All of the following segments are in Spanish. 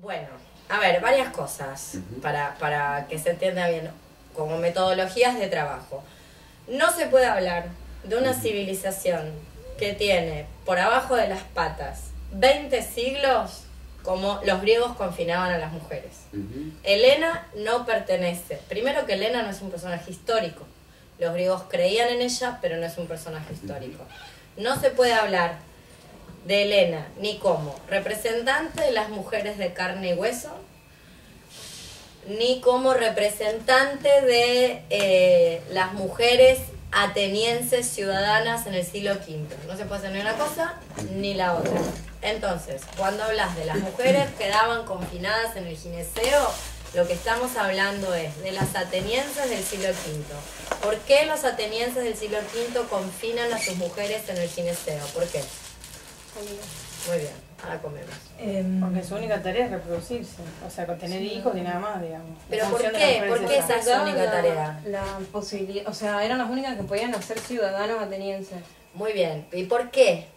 Bueno, a ver, varias cosas para que se entienda bien, como metodologías de trabajo. No se puede hablar de una civilización que tiene por abajo de las patas 20 siglos como los griegos confinaban a las mujeres. Helena no pertenece. Primero que Helena no es un personaje histórico. Los griegos creían en ella, pero no es un personaje histórico. No se puede hablar de Helena ni como representante de las mujeres de carne y hueso, ni como representante de las mujeres atenienses ciudadanas en el siglo V. No se puede hacer ni una cosa ni la otra. Entonces, cuando hablas de las mujeres que quedaban confinadas en el gineceo, lo que estamos hablando es de las atenienses del siglo V. ¿Por qué los atenienses del siglo V confinan a sus mujeres en el gineceo? ¿Por qué? Muy bien, ahora comemos. Porque su única tarea es reproducirse, o sea, con tener hijos y nada más, digamos. ¿Pero por qué? ¿Por qué esa es su única tarea? La posibilidad, o sea, eran las únicas que podían ser ciudadanos atenienses. Muy bien, ¿y por qué?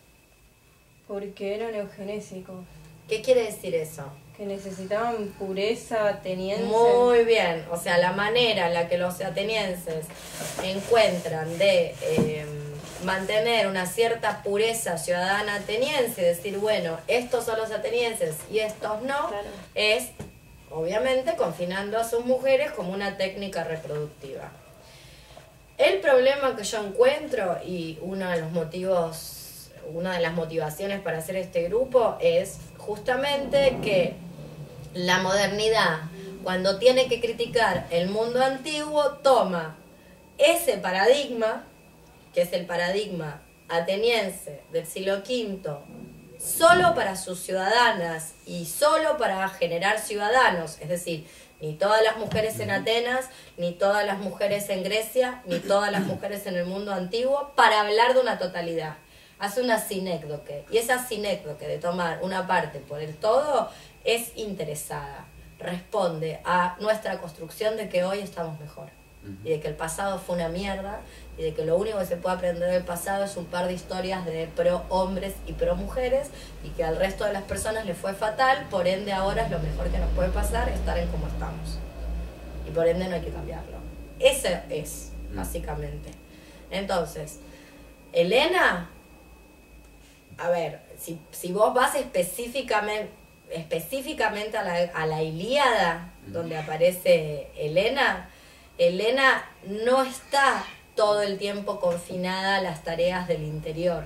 Porque eran eugenésicos. ¿Qué quiere decir eso? Que necesitaban pureza ateniense. Muy bien, o sea, la manera en la que los atenienses encuentran de mantener una cierta pureza ciudadana ateniense, decir, bueno, estos son los atenienses y estos no, claro, es obviamente confinando a sus mujeres como una técnica reproductiva. El problema que yo encuentro, y uno de los motivos, una de las motivaciones para hacer este grupo, es justamente que la modernidad, cuando tiene que criticar el mundo antiguo, toma ese paradigma, que es el paradigma ateniense del siglo V, solo para sus ciudadanas y solo para generar ciudadanos, es decir, ni todas las mujeres en Atenas, ni todas las mujeres en Grecia, ni todas las mujeres en el mundo antiguo, para hablar de una totalidad. Hace una sinécdoque, y esa sinécdoque de tomar una parte por el todo es interesada, responde a nuestra construcción de que hoy estamos mejor, y de que el pasado fue una mierda, y de que lo único que se puede aprender del pasado es un par de historias de pro hombres y pro mujeres, y que al resto de las personas les fue fatal, por ende ahora es lo mejor que nos puede pasar estar en como estamos, y por ende no hay que cambiarlo. Eso es, básicamente. Entonces, Helena, a ver, si vos vas específicamente a la Ilíada, donde aparece Helena, Helena no está todo el tiempo confinada a las tareas del interior.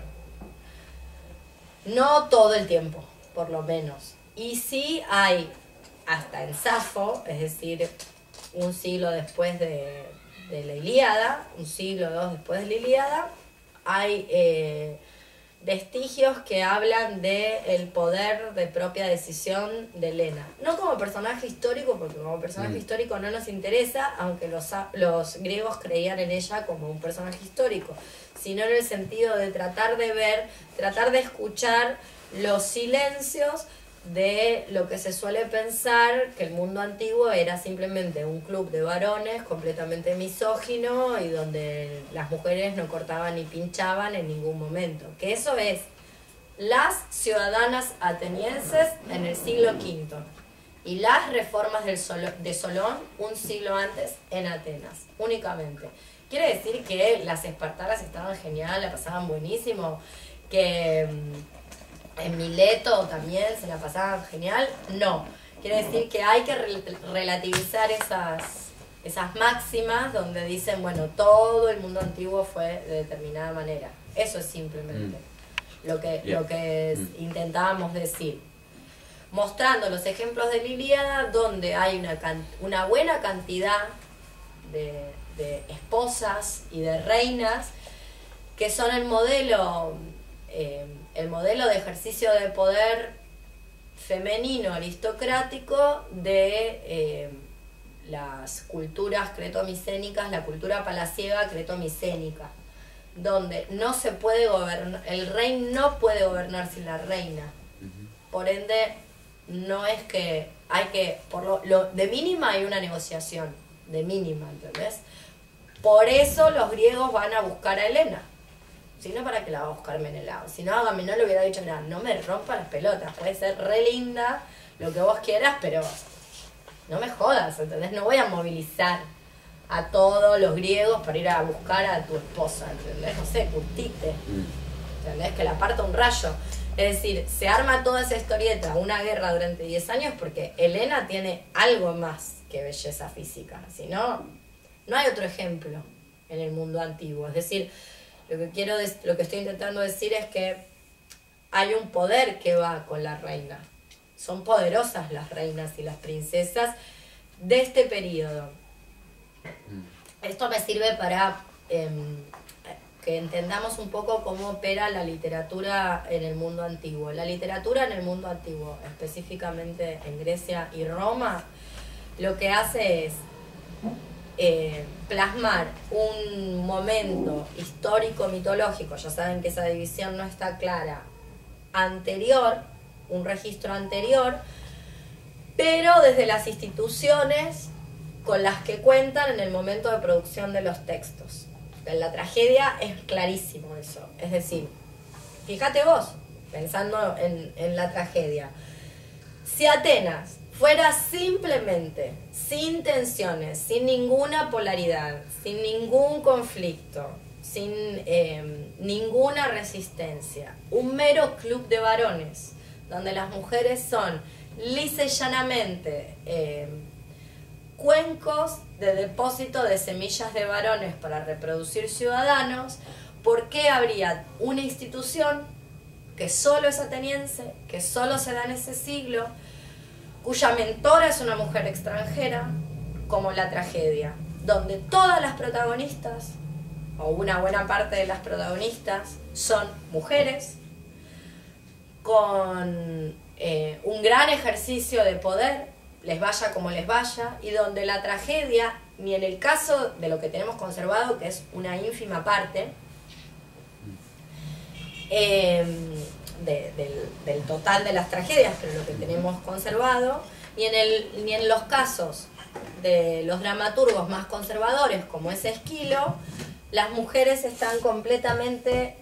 No todo el tiempo, por lo menos. Y sí hay, hasta en Safo, es decir, un siglo después de la Ilíada, un siglo o dos después de la Ilíada, hay vestigios que hablan del poder de propia decisión de Helena. No como personaje histórico, porque como personaje histórico no nos interesa, aunque los griegos creían en ella como un personaje histórico, sino en el sentido de tratar de ver, tratar de escuchar los silencios de lo que se suele pensar que el mundo antiguo era simplemente un club de varones completamente misógino y donde las mujeres no cortaban ni pinchaban en ningún momento. Que eso es las ciudadanas atenienses en el siglo V y las reformas de Solón un siglo antes en Atenas, únicamente. Quiere decir que las espartanas estaban genial, la pasaban buenísimo, que en Mileto también se la pasaban genial. No, quiere decir que hay que relativizar esas máximas donde dicen, bueno, todo el mundo antiguo fue de determinada manera. Eso es simplemente lo que intentábamos decir, mostrando los ejemplos de la Ilíada, donde hay una buena cantidad de esposas y de reinas que son el modelo de ejercicio de poder femenino aristocrático de las culturas cretomicénicas, la cultura palaciega cretomicénica, donde no se puede gobernar, el rey no puede gobernar sin la reina. Por ende, no es que hay que, de mínima hay una negociación, de mínima, ¿entendés? Por eso los griegos van a buscar a Helena. Si no, ¿para qué la va a buscar Menelao? Si no, Agamenón le hubiera dicho, mira, no me rompa las pelotas, puede ser re linda, lo que vos quieras, pero no me jodas, ¿entendés? No voy a movilizar a todos los griegos para ir a buscar a tu esposa, ¿entendés? No sé, curtite, ¿entendés? Que la parta un rayo. Es decir, se arma toda esa historieta, una guerra durante 10 años, porque Helena tiene algo más que belleza física. Si no, no hay otro ejemplo en el mundo antiguo. Es decir, lo que estoy intentando decir es que hay un poder que va con la reina. Son poderosas las reinas y las princesas de este periodo. Esto me sirve para que entendamos un poco cómo opera la literatura en el mundo antiguo. La literatura en el mundo antiguo, específicamente en Grecia y Roma, lo que hace es plasmar un momento histórico mitológico, ya saben que esa división no está clara, anterior, un registro anterior, pero desde las instituciones con las que cuentan en el momento de producción de los textos. En la tragedia es clarísimo eso. Es decir, fíjate vos, pensando en la tragedia, si Atenas fuera simplemente, sin tensiones, sin ninguna polaridad, sin ningún conflicto, sin ninguna resistencia, un mero club de varones, donde las mujeres son lisa y llanamente cuencos de depósito de semillas de varones para reproducir ciudadanos, ¿por qué habría una institución que solo es ateniense, que solo se da en ese siglo, cuya mentora es una mujer extranjera, como la tragedia, donde todas las protagonistas, o una buena parte de las protagonistas, son mujeres, con un gran ejercicio de poder, les vaya como les vaya, y donde la tragedia, ni en el caso de lo que tenemos conservado, que es una ínfima parte del total de las tragedias, pero lo que tenemos conservado, ni en los casos de los dramaturgos más conservadores, como es Esquilo, las mujeres están completamente,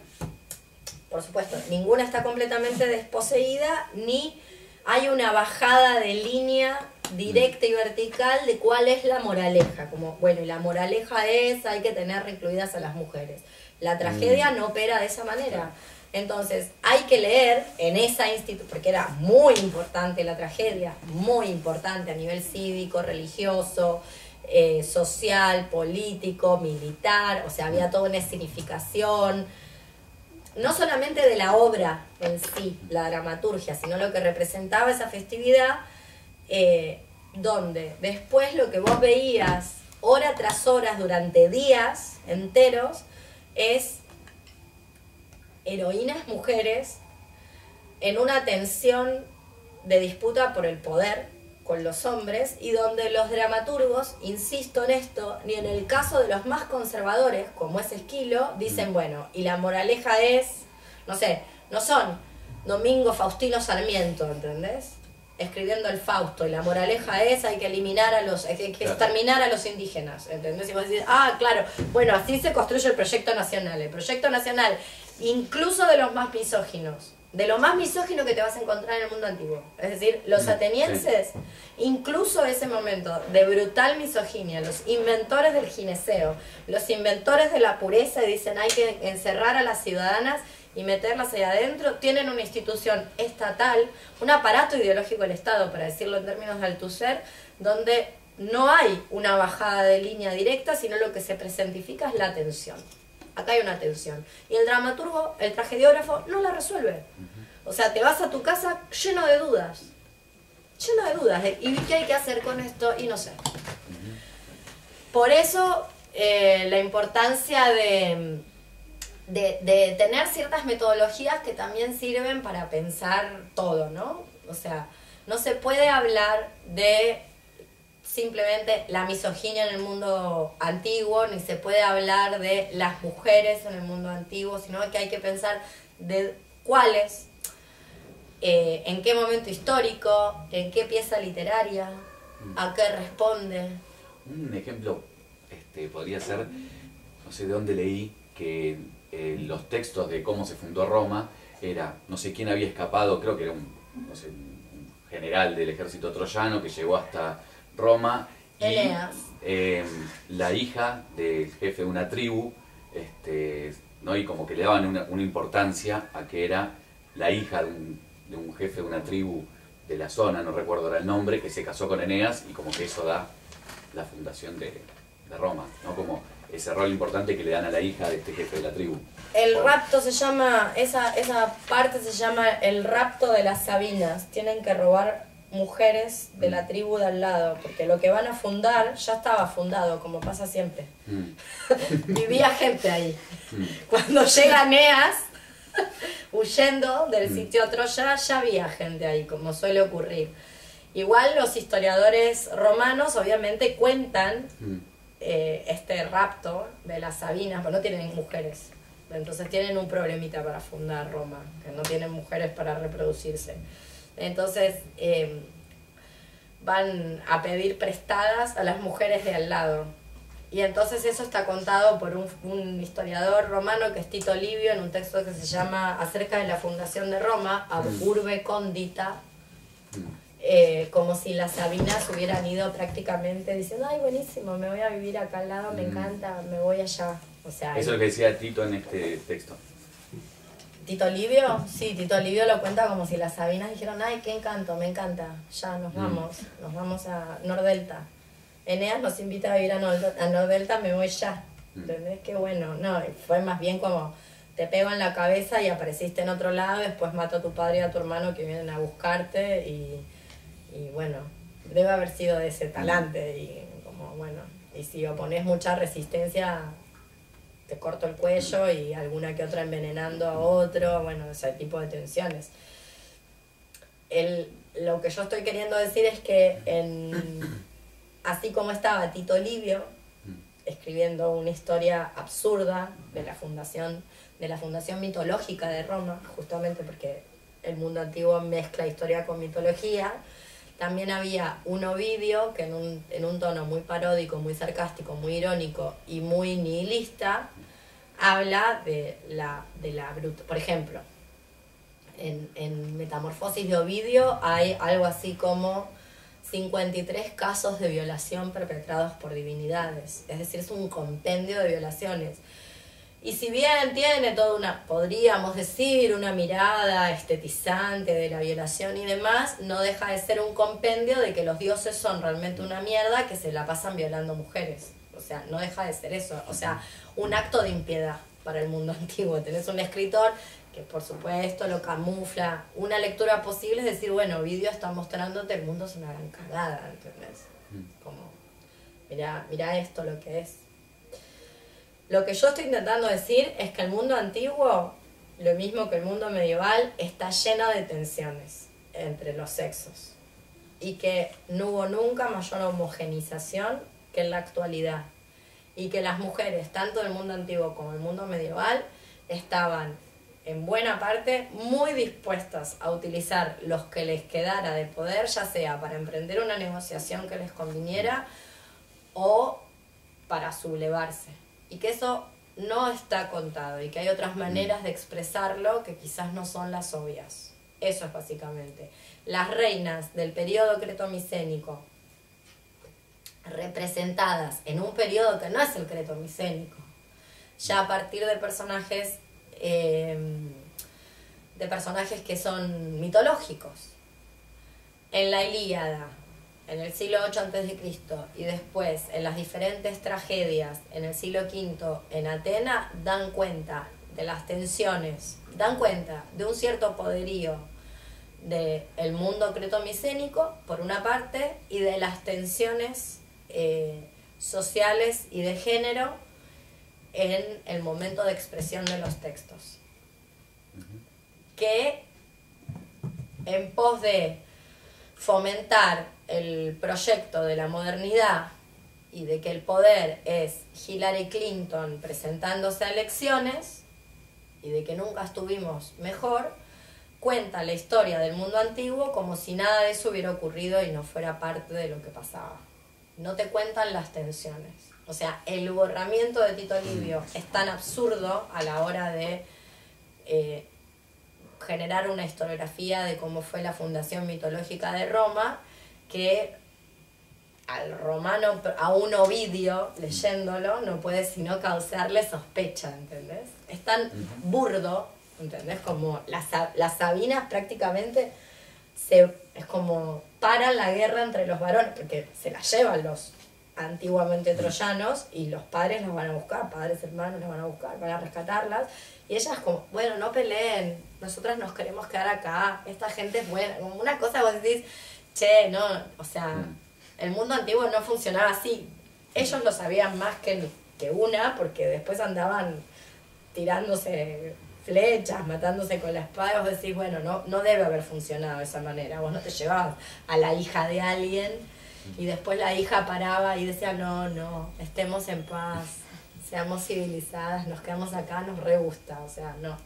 por supuesto, ninguna está completamente desposeída, ni hay una bajada de línea directa y vertical de cuál es la moraleja. Como, bueno, y la moraleja es, hay que tener recluidas a las mujeres. La tragedia no opera de esa manera. Entonces, hay que leer en esa institución, porque era muy importante la tragedia, muy importante a nivel cívico, religioso, social, político, militar, o sea, había toda una significación, no solamente de la obra en sí, la dramaturgia, sino lo que representaba esa festividad, donde después lo que vos veías hora tras hora durante días enteros es heroínas mujeres en una tensión de disputa por el poder con los hombres, y donde los dramaturgos, insisto en esto, ni en el caso de los más conservadores, como es Esquilo, dicen, bueno, y la moraleja es, no sé, no son Domingo Faustino Sarmiento, ¿entendés? Escribiendo el Fausto, y la moraleja es, hay que eliminar a los, hay que exterminar a los indígenas, ¿entendés? Y vos decís, ah, claro, bueno, así se construye el proyecto nacional. El proyecto nacional, incluso de los más misóginos, de lo más misógino que te vas a encontrar en el mundo antiguo. Es decir, los atenienses, incluso ese momento de brutal misoginia, los inventores del gineceo, los inventores de la pureza, y dicen hay que encerrar a las ciudadanas y meterlas ahí adentro, tienen una institución estatal, un aparato ideológico del Estado, para decirlo en términos de Althusser, donde no hay una bajada de línea directa, sino lo que se presentifica es la tensión. Acá hay una tensión. Y el dramaturgo, el tragediógrafo, no la resuelve. O sea, te vas a tu casa lleno de dudas. Lleno de dudas. ¿Y qué hay que hacer con esto? Y no sé. Por eso, la importancia de tener ciertas metodologías que también sirven para pensar todo, ¿no? O sea, no se puede hablar de simplemente la misoginia en el mundo antiguo, ni se puede hablar de las mujeres en el mundo antiguo, sino que hay que pensar de cuáles, en qué momento histórico, en qué pieza literaria, a qué responde. Un ejemplo podría ser, no sé de dónde leí, que los textos de cómo se fundó Roma era, no sé quién había escapado, creo que era un general del ejército troyano que llegó hasta Roma. Y Eneas. la hija del jefe de una tribu, ¿no? Y como que le daban una importancia a que era la hija de un jefe de una tribu de la zona, no recuerdo ahora el nombre, que se casó con Eneas, y como que eso da la fundación de Roma, ¿no? Como ese rol importante que le dan a la hija de este jefe de la tribu. El rapto se llama, esa parte se llama el rapto de las Sabinas. Tienen que robar mujeres de la tribu de al lado, porque lo que van a fundar ya estaba fundado, como pasa siempre. Vivía gente ahí. Cuando llega Eneas, huyendo del sitio Troya, ya había gente ahí, como suele ocurrir. Igual los historiadores romanos obviamente cuentan este rapto de las Sabinas, pero no tienen mujeres. Entonces tienen un problemita para fundar Roma, que no tienen mujeres para reproducirse. Entonces van a pedir prestadas a las mujeres de al lado. Y entonces eso está contado por un historiador romano que es Tito Livio en un texto que se llama Acerca de la fundación de Roma, Ab Urbe Condita, como si las Sabinas hubieran ido prácticamente diciendo, ay, buenísimo, me voy a vivir acá al lado, me encanta, me voy allá. O sea, eso es lo que decía Tito en este texto. ¿Tito Livio? Sí, Tito Livio lo cuenta como si las Sabinas dijeron, ay, qué encanto, me encanta, ya nos vamos a Nordelta. Eneas nos invita a vivir a Nordelta, me voy ya. ¿Entendés? Qué bueno. No, fue más bien como te pego en la cabeza y apareciste en otro lado, después mato a tu padre y a tu hermano que vienen a buscarte y bueno, debe haber sido de ese talante y como bueno, y si opones mucha resistencia te corto el cuello y alguna que otra envenenando a otro, bueno, ese tipo de tensiones. Lo que yo estoy queriendo decir es que así como estaba Tito Livio escribiendo una historia absurda de la fundación mitológica de Roma, justamente porque el mundo antiguo mezcla historia con mitología, también había un Ovidio que en un tono muy paródico, muy sarcástico, muy irónico y muy nihilista, habla de la bruta. Por ejemplo, en Metamorfosis de Ovidio hay algo así como 53 casos de violación perpetrados por divinidades. Es decir, es un compendio de violaciones. Y si bien tiene toda una, podríamos decir, una mirada estetizante de la violación y demás, no deja de ser un compendio de que los dioses son realmente una mierda que se la pasan violando mujeres. O sea, no deja de ser eso. O sea, un acto de impiedad para el mundo antiguo. Tenés un escritor que por supuesto lo camufla. Una lectura posible es decir, bueno, Ovidio está mostrándote el mundo es una gran cagada, ¿entendés? Como, mira esto lo que es. Lo que yo estoy intentando decir es que el mundo antiguo, lo mismo que el mundo medieval, está lleno de tensiones entre los sexos y que no hubo nunca mayor homogenización que en la actualidad y que las mujeres, tanto del mundo antiguo como del mundo medieval, estaban en buena parte muy dispuestas a utilizar los que les quedara de poder, ya sea para emprender una negociación que les conviniera o para sublevarse. Y que eso no está contado y que hay otras maneras de expresarlo que quizás no son las obvias. Eso es básicamente. Las reinas del periodo cretomicénico, representadas en un periodo que no es el cretomicénico, ya a partir de personajes que son mitológicos. En la Ilíada, en el siglo VIII a.C. y después en las diferentes tragedias en el siglo V en Atena, dan cuenta de las tensiones, dan cuenta de un cierto poderío del mundo cretomicénico, por una parte, y de las tensiones sociales y de género en el momento de expresión de los textos. Que en pos de fomentar el proyecto de la modernidad y de que el poder es Hillary Clinton presentándose a elecciones y de que nunca estuvimos mejor, cuenta la historia del mundo antiguo como si nada de eso hubiera ocurrido y no fuera parte de lo que pasaba. No te cuentan las tensiones. O sea, el borramiento de Tito Livio es tan absurdo a la hora de generar una historiografía de cómo fue la fundación mitológica de Roma, que al romano, a un Ovidio, leyéndolo, no puede sino causarle sospecha, ¿entendés? Es tan burdo, ¿entendés? Como las Sabinas prácticamente es como paran la guerra entre los varones, porque se la llevan los antiguamente troyanos y los padres las van a buscar, padres, hermanos las van a buscar, van a rescatarlas, y ellas como, bueno, no peleen, nosotras nos queremos quedar acá, esta gente es buena, como una cosa vos decís, che, no, o sea, el mundo antiguo no funcionaba así, ellos lo sabían más que una, porque después andaban tirándose flechas, matándose con la espada, y vos decís, bueno, no debe haber funcionado de esa manera, vos no te llevabas a la hija de alguien y después la hija paraba y decía, no, estemos en paz, seamos civilizadas, nos quedamos acá, nos re gusta, o sea, no.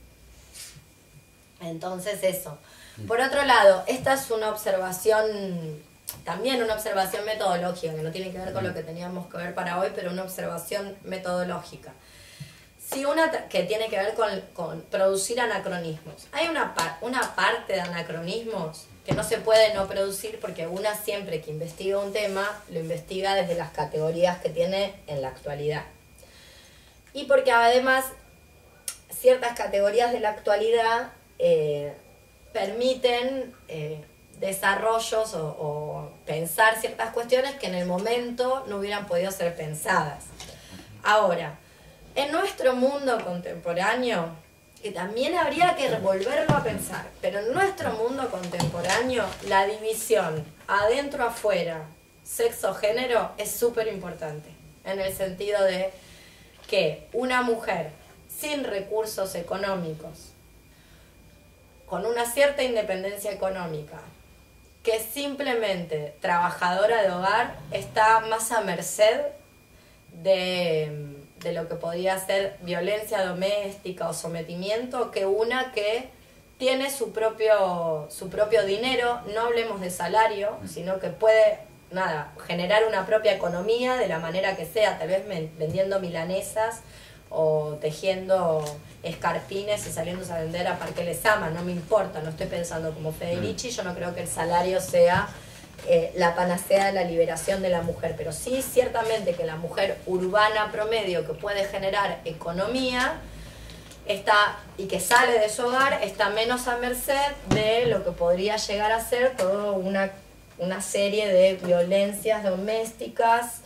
Entonces eso. Por otro lado, esta es una observación, también una observación metodológica, que no tiene que ver con lo que teníamos que ver para hoy, pero una observación metodológica. Sí, que tiene que ver con producir anacronismos. Hay una parte de anacronismos que no se puede no producir, porque una siempre que investiga un tema, lo investiga desde las categorías que tiene en la actualidad. Y porque además ciertas categorías de la actualidad permiten desarrollos o pensar ciertas cuestiones que en el momento no hubieran podido ser pensadas. Ahora, en nuestro mundo contemporáneo, que también habría que volverlo a pensar, pero en nuestro mundo contemporáneo la división adentro-afuera, sexo-género es súper importante, en el sentido de que una mujer sin recursos económicos, con una cierta independencia económica, que es simplemente trabajadora de hogar, está más a merced de lo que podría ser violencia doméstica o sometimiento que una que tiene su propio dinero, no hablemos de salario, sino que puede generar una propia economía de la manera que sea, tal vez vendiendo milanesas o tejiendo escarpines y saliéndose a vender a Parque Lezama, no me importa, no estoy pensando como Federici, yo no creo que el salario sea la panacea de la liberación de la mujer, pero sí ciertamente que la mujer urbana promedio que puede generar economía y que sale de su hogar está menos a merced de lo que podría llegar a ser toda una serie de violencias domésticas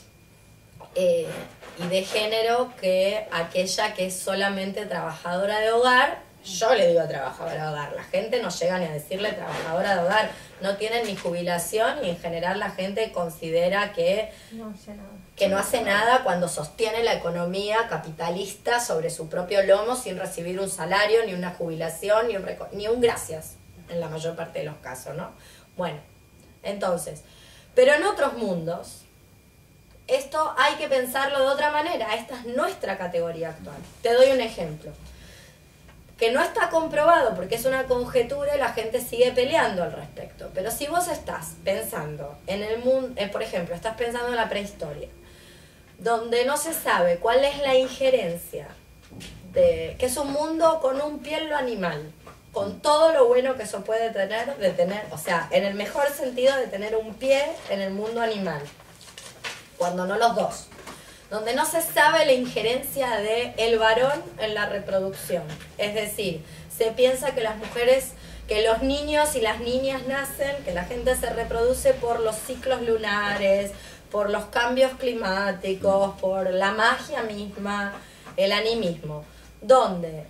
y de género que aquella que es solamente trabajadora de hogar. Yo le digo trabajadora de hogar, la gente no llega ni a decirle trabajadora de hogar, no tienen ni jubilación y en general la gente considera que no hace nada cuando sostiene la economía capitalista sobre su propio lomo sin recibir un salario, ni una jubilación, ni un gracias, en la mayor parte de los casos, ¿no? Bueno, entonces, pero en otros mundos, esto hay que pensarlo de otra manera, esta es nuestra categoría actual. Te doy un ejemplo que no está comprobado porque es una conjetura y la gente sigue peleando al respecto. Pero si vos estás pensando en el mundo, por ejemplo, estás pensando en la prehistoria, donde no se sabe cuál es la injerencia, que es un mundo con un piel animal, con todo lo bueno que eso puede tener, o sea, en el mejor sentido de tener un pie en el mundo animal, cuando no los dos. Donde no se sabe la injerencia del varón en la reproducción. Es decir, se piensa que las mujeres, que los niños y las niñas nacen, que la gente se reproduce por los ciclos lunares, por los cambios climáticos, por la magia misma, el animismo. Donde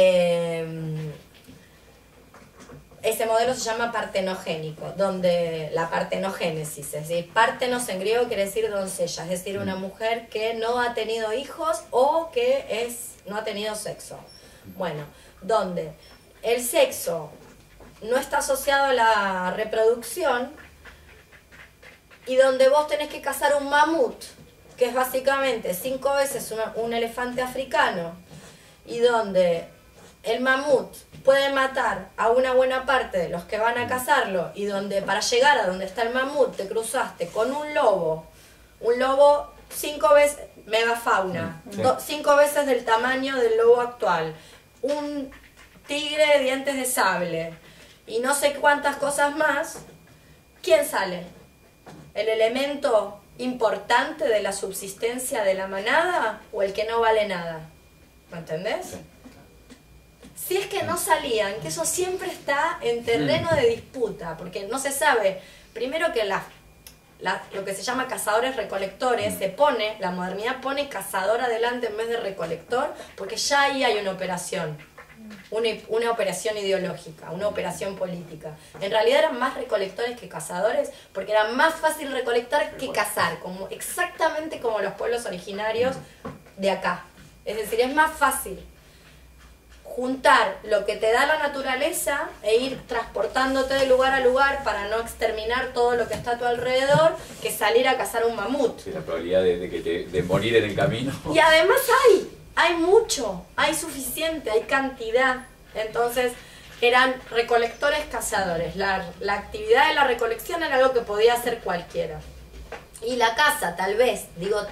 ese modelo se llama partenogénico, donde la partenogénesis, es decir, partenos en griego quiere decir doncella, es decir, una mujer que no ha tenido hijos o que no ha tenido sexo. Bueno, donde el sexo no está asociado a la reproducción y donde vos tenés que cazar un mamut, que es básicamente 5 veces un elefante africano, y donde el mamut puede matar a una buena parte de los que van a cazarlo y donde para llegar a donde está el mamut te cruzaste con un lobo 5 veces, megafauna, 5 veces del tamaño del lobo actual, un tigre de dientes de sable y no sé cuántas cosas más, ¿quién sale? ¿El elemento importante de la subsistencia de la manada o el que no vale nada? ¿Me entendés? Sí. Si es que no salían, que eso siempre está en terreno de disputa, porque no se sabe, primero que lo que se llama cazadores-recolectores, la modernidad pone cazador adelante en vez de recolector, porque ya ahí hay una operación, una operación ideológica, una operación política. En realidad eran más recolectores que cazadores, porque era más fácil recolectar que cazar, exactamente como los pueblos originarios de acá. Es decir, es más fácil juntar lo que te da la naturaleza e ir transportándote de lugar a lugar para no exterminar todo lo que está a tu alrededor, que salir a cazar un mamut. Sí, la probabilidad de morir en el camino. Y además hay mucho, hay suficiente, hay cantidad. Entonces eran recolectores cazadores. La actividad de la recolección era algo que podía hacer cualquiera. Y la caza, tal vez,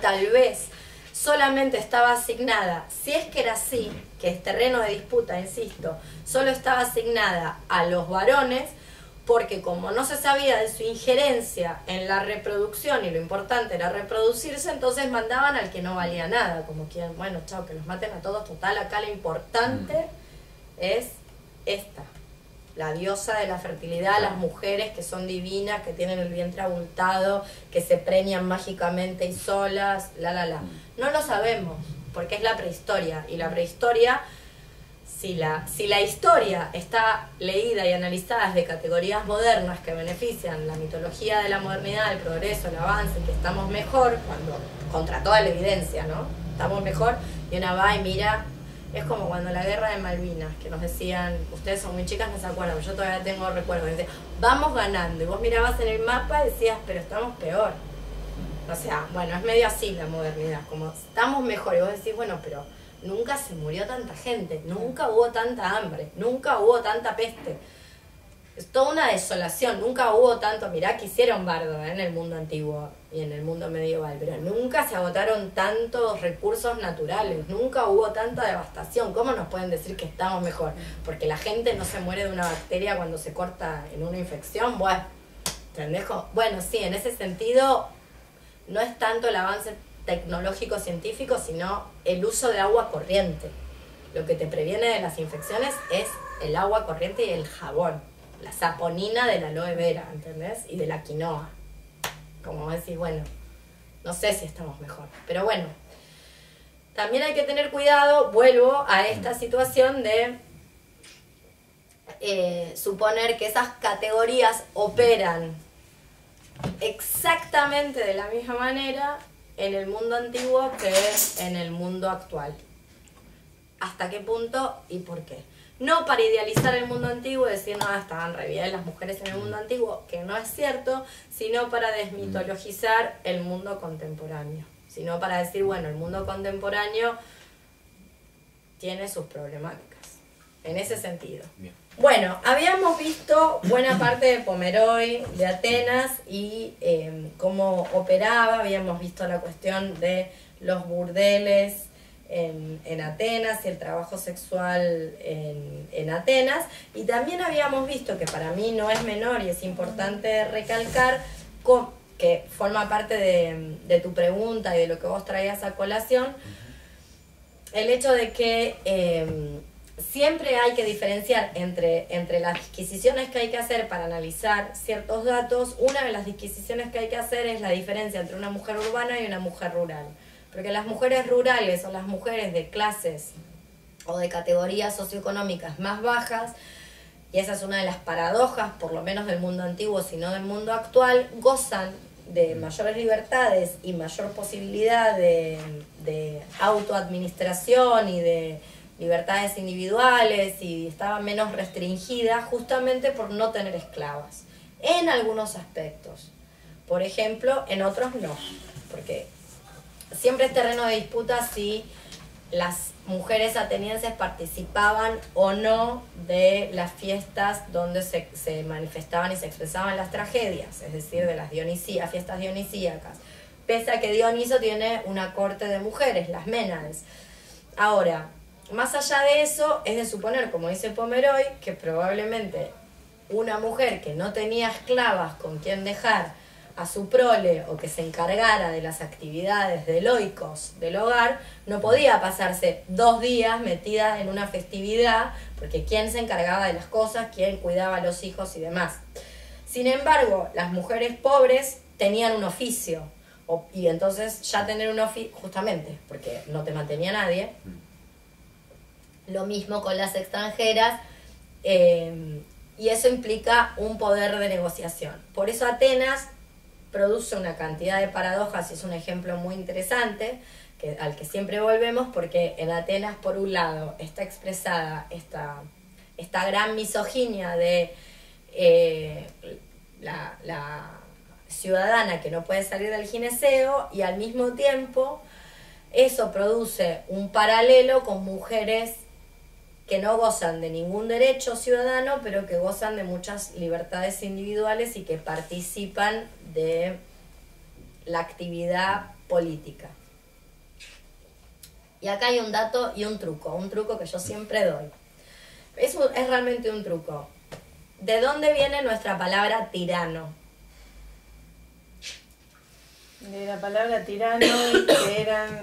solamente estaba asignada, si es que era así, que es terreno de disputa, insisto, solo estaba asignada a los varones, porque como no se sabía de su injerencia en la reproducción y lo importante era reproducirse, entonces mandaban al que no valía nada, como quien, bueno, chao, que los maten a todos, total, acá lo importante es esta, la diosa de la fertilidad, las mujeres que son divinas, que tienen el vientre abultado, que se preñan mágicamente y solas, No lo sabemos, porque es la prehistoria, y la prehistoria, si la historia está leída y analizada desde categorías modernas que benefician la mitología de la modernidad, el progreso, el avance, que estamos mejor, contra toda la evidencia, ¿no? Estamos mejor, y una va y mira. Es como cuando la guerra de Malvinas, que nos decían, ustedes son muy chicas, no se acuerdan, yo todavía tengo recuerdos, decían, vamos ganando, y vos mirabas en el mapa y decías, pero estamos peor. O sea, bueno, es medio así la modernidad, como estamos mejor, y vos decís, bueno, pero nunca se murió tanta gente, nunca hubo tanta hambre, nunca hubo tanta peste. Es toda una desolación, nunca hubo tanto, mirá que hicieron bardo en el mundo antiguo y en el mundo medieval, pero nunca se agotaron tantos recursos naturales, nunca hubo tanta devastación. ¿Cómo nos pueden decir que estamos mejor? Porque la gente no se muere de una bacteria cuando se corta en una infección. Bueno, ¿entendés? Bueno, sí, en ese sentido no es tanto el avance tecnológico científico, sino el uso de agua corriente. Lo que te previene de las infecciones es el agua corriente y el jabón. La saponina de la aloe vera, ¿entendés? Y de la quinoa. Como decís, bueno, no sé si estamos mejor. Pero bueno, también hay que tener cuidado, vuelvo a esta situación de suponer que esas categorías operan exactamente de la misma manera en el mundo antiguo que en el mundo actual. ¿Hasta qué punto y por qué? No para idealizar el mundo antiguo y decir, no, estaban re bien las mujeres en el mundo antiguo, que no es cierto, sino para desmitologizar el mundo contemporáneo. Sino para decir, bueno, el mundo contemporáneo tiene sus problemáticas. En ese sentido. Bien. Bueno, habíamos visto buena parte de Pomeroy, de Atenas y cómo operaba, habíamos visto la cuestión de los burdeles en Atenas y el trabajo sexual en Atenas, y también habíamos visto, que para mí no es menor y es importante recalcar, que forma parte de tu pregunta y de lo que vos traías a colación, el hecho de que siempre hay que diferenciar entre las disquisiciones que hay que hacer para analizar ciertos datos. Una de las disquisiciones que hay que hacer es la diferencia entre una mujer urbana y una mujer rural. Porque las mujeres rurales o las mujeres de clases o de categorías socioeconómicas más bajas, y esa es una de las paradojas, por lo menos del mundo antiguo, sino del mundo actual, gozan de mayores libertades y mayor posibilidad de autoadministración y de libertades individuales, y estaban menos restringidas justamente por no tener esclavas. En algunos aspectos. Por ejemplo, en otros no. Porque siempre es terreno de disputa si las mujeres atenienses participaban o no de las fiestas donde se manifestaban y se expresaban las tragedias, es decir, de las fiestas dionisíacas. Pese a que Dioniso tiene una corte de mujeres, las Ménades. Ahora, más allá de eso, es de suponer, como dice Pomeroy, que probablemente una mujer que no tenía esclavas con quien dejar a su prole o que se encargara de las actividades del oikos del hogar, no podía pasarse 2 días metida en una festividad, porque quién se encargaba de las cosas, quién cuidaba a los hijos y demás. Sin embargo, las mujeres pobres tenían un oficio, y entonces ya tener un oficio, justamente, porque no te mantenía nadie, lo mismo con las extranjeras, y eso implica un poder de negociación. Por eso Atenas produce una cantidad de paradojas y es un ejemplo muy interesante al que siempre volvemos, porque en Atenas, por un lado, está expresada esta gran misoginia de la ciudadana que no puede salir del gineceo, y al mismo tiempo eso produce un paralelo con mujeres que no gozan de ningún derecho ciudadano, pero que gozan de muchas libertades individuales y que participan de la actividad política. Y acá hay un dato y un truco que yo siempre doy. Es realmente un truco. ¿De dónde viene nuestra palabra tirano? De la palabra tirano, que eran...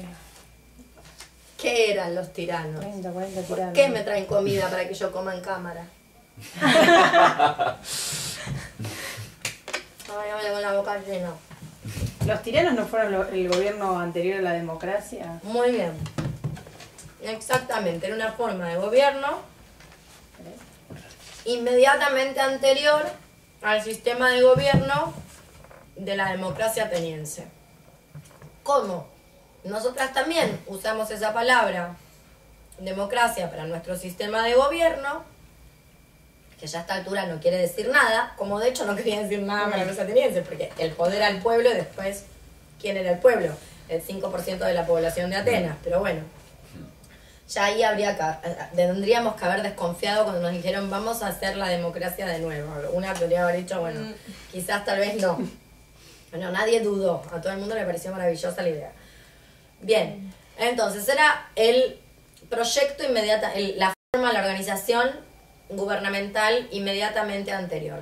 ¿Qué eran los tiranos? 30, 40 ¿Por tiranos. qué me traen comida para que yo coma en cámara? Ay, con la boca llena. ¿Los tiranos no fueron el gobierno anterior a la democracia? Muy bien. Exactamente, era una forma de gobierno inmediatamente anterior al sistema de gobierno de la democracia ateniense. ¿Cómo? Nosotras también usamos esa palabra, democracia, para nuestro sistema de gobierno, que ya a esta altura no quiere decir nada, como de hecho no quería decir nada para los atenienses, porque el poder al pueblo y después, ¿quién era el pueblo? El 5% de la población de Atenas, pero bueno, ya ahí tendríamos que haber desconfiado cuando nos dijeron vamos a hacer la democracia de nuevo. Una podría haber dicho, bueno, quizás tal vez no. Bueno, nadie dudó, a todo el mundo le pareció maravillosa la idea. Bien, entonces era el proyecto la forma, la organización gubernamental inmediatamente anterior.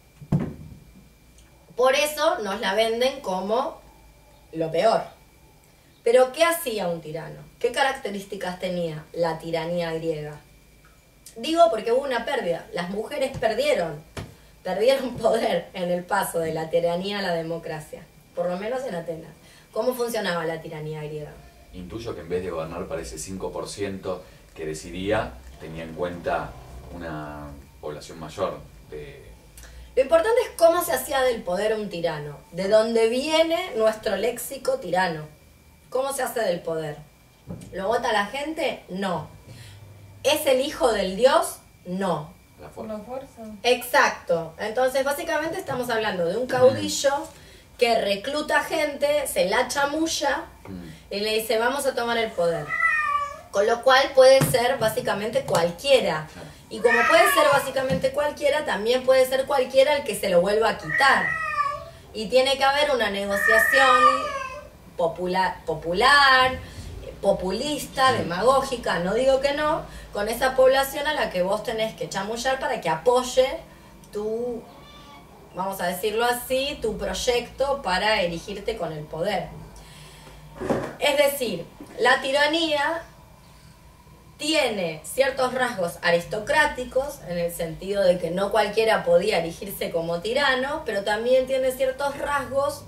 Por eso nos la venden como lo peor. Pero ¿qué hacía un tirano? ¿Qué características tenía la tiranía griega? Digo porque hubo una pérdida. Las mujeres perdieron poder en el paso de la tiranía a la democracia, por lo menos en Atenas. ¿Cómo funcionaba la tiranía griega? Intuyo que en vez de gobernar para ese 5% que decidía, tenía en cuenta una población mayor de... Lo importante es cómo se hacía del poder un tirano. ¿De dónde viene nuestro léxico tirano? ¿Cómo se hace del poder? ¿Lo vota la gente? No. ¿Es el hijo del dios? No. La Por fuerza. la fuerza. Exacto. Entonces, básicamente estamos hablando de un caudillo que recluta gente, se la chamulla y le dice, vamos a tomar el poder. Con lo cual puede ser básicamente cualquiera. Y como puede ser básicamente cualquiera, también puede ser cualquiera el que se lo vuelva a quitar. Y tiene que haber una negociación populista, demagógica, no digo que no, con esa población a la que vos tenés que chamullar para que apoye tu, vamos a decirlo así, tu proyecto para erigirte con el poder. Es decir, la tiranía tiene ciertos rasgos aristocráticos, en el sentido de que no cualquiera podía erigirse como tirano, pero también tiene ciertos rasgos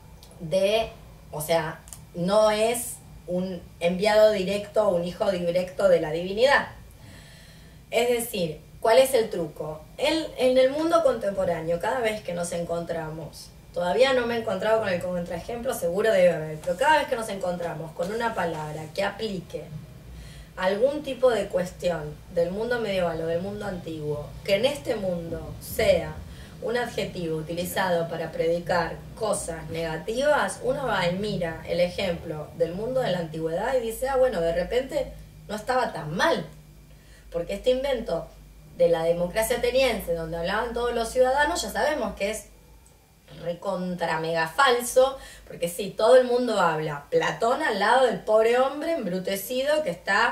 o sea, no es un enviado directo o un hijo directo de la divinidad. Es decir, ¿cuál es el truco? En el mundo contemporáneo, cada vez que nos encontramos, todavía no me he encontrado con el contraejemplo, seguro debe haber, pero cada vez que nos encontramos con una palabra que aplique algún tipo de cuestión del mundo medieval o del mundo antiguo, que en este mundo sea un adjetivo utilizado para predicar cosas negativas, uno va y mira el ejemplo del mundo de la antigüedad y dice, bueno, de repente no estaba tan mal, porque este invento de la democracia ateniense, donde hablaban todos los ciudadanos, ya sabemos que es recontra mega falso, porque sí, todo el mundo habla. Platón al lado del pobre hombre embrutecido que está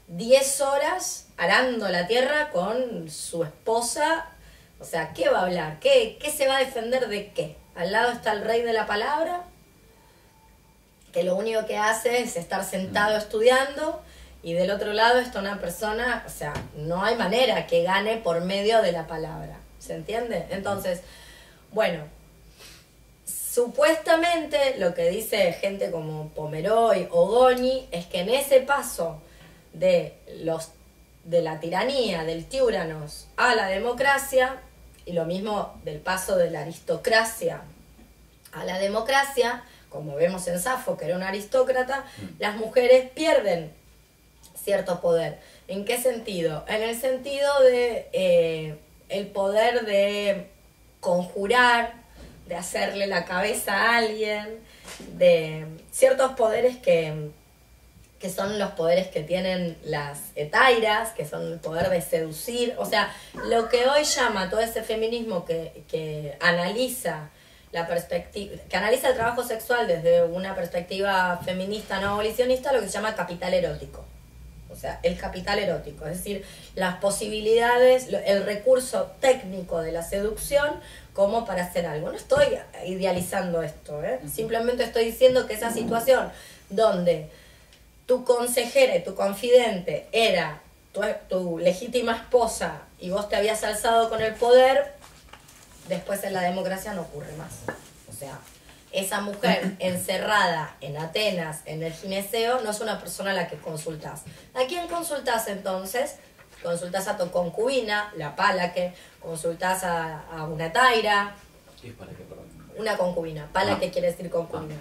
10 horas arando la tierra con su esposa. O sea, ¿qué va a hablar? ¿Qué se va a defender de qué? Al lado está el rey de la palabra, que lo único que hace es estar sentado estudiando, y del otro lado está una persona, o sea, no hay manera que gane por medio de la palabra. ¿Se entiende? Entonces, bueno, supuestamente lo que dice gente como Pomeroy o Goni es que en ese paso de la tiranía, del tiúranos a la democracia, y lo mismo del paso de la aristocracia a la democracia, como vemos en Safo, que era una aristócrata, las mujeres pierden cierto poder. ¿En qué sentido? En el sentido de el poder de conjurar, de hacerle la cabeza a alguien, de ciertos poderes que son los poderes que tienen las etairas, que son el poder de seducir. O sea, lo que hoy llama todo ese feminismo que analiza la perspectiva, que analiza el trabajo sexual desde una perspectiva feminista no abolicionista, lo que se llama capital erótico. O sea, el capital erótico, es decir, las posibilidades, el recurso técnico de la seducción como para hacer algo. No estoy idealizando esto, simplemente estoy diciendo que esa situación donde tu consejera y tu confidente era tu legítima esposa y vos te habías alzado con el poder, después en la democracia no ocurre más. O sea, esa mujer encerrada en Atenas, en el gineceo, no es una persona a la que consultás. ¿A quién consultás entonces? Consultás a tu concubina, la palaque, consultás a una taira. ¿Qué es palaque, perdón? Una concubina. Palaque quiere decir concubina.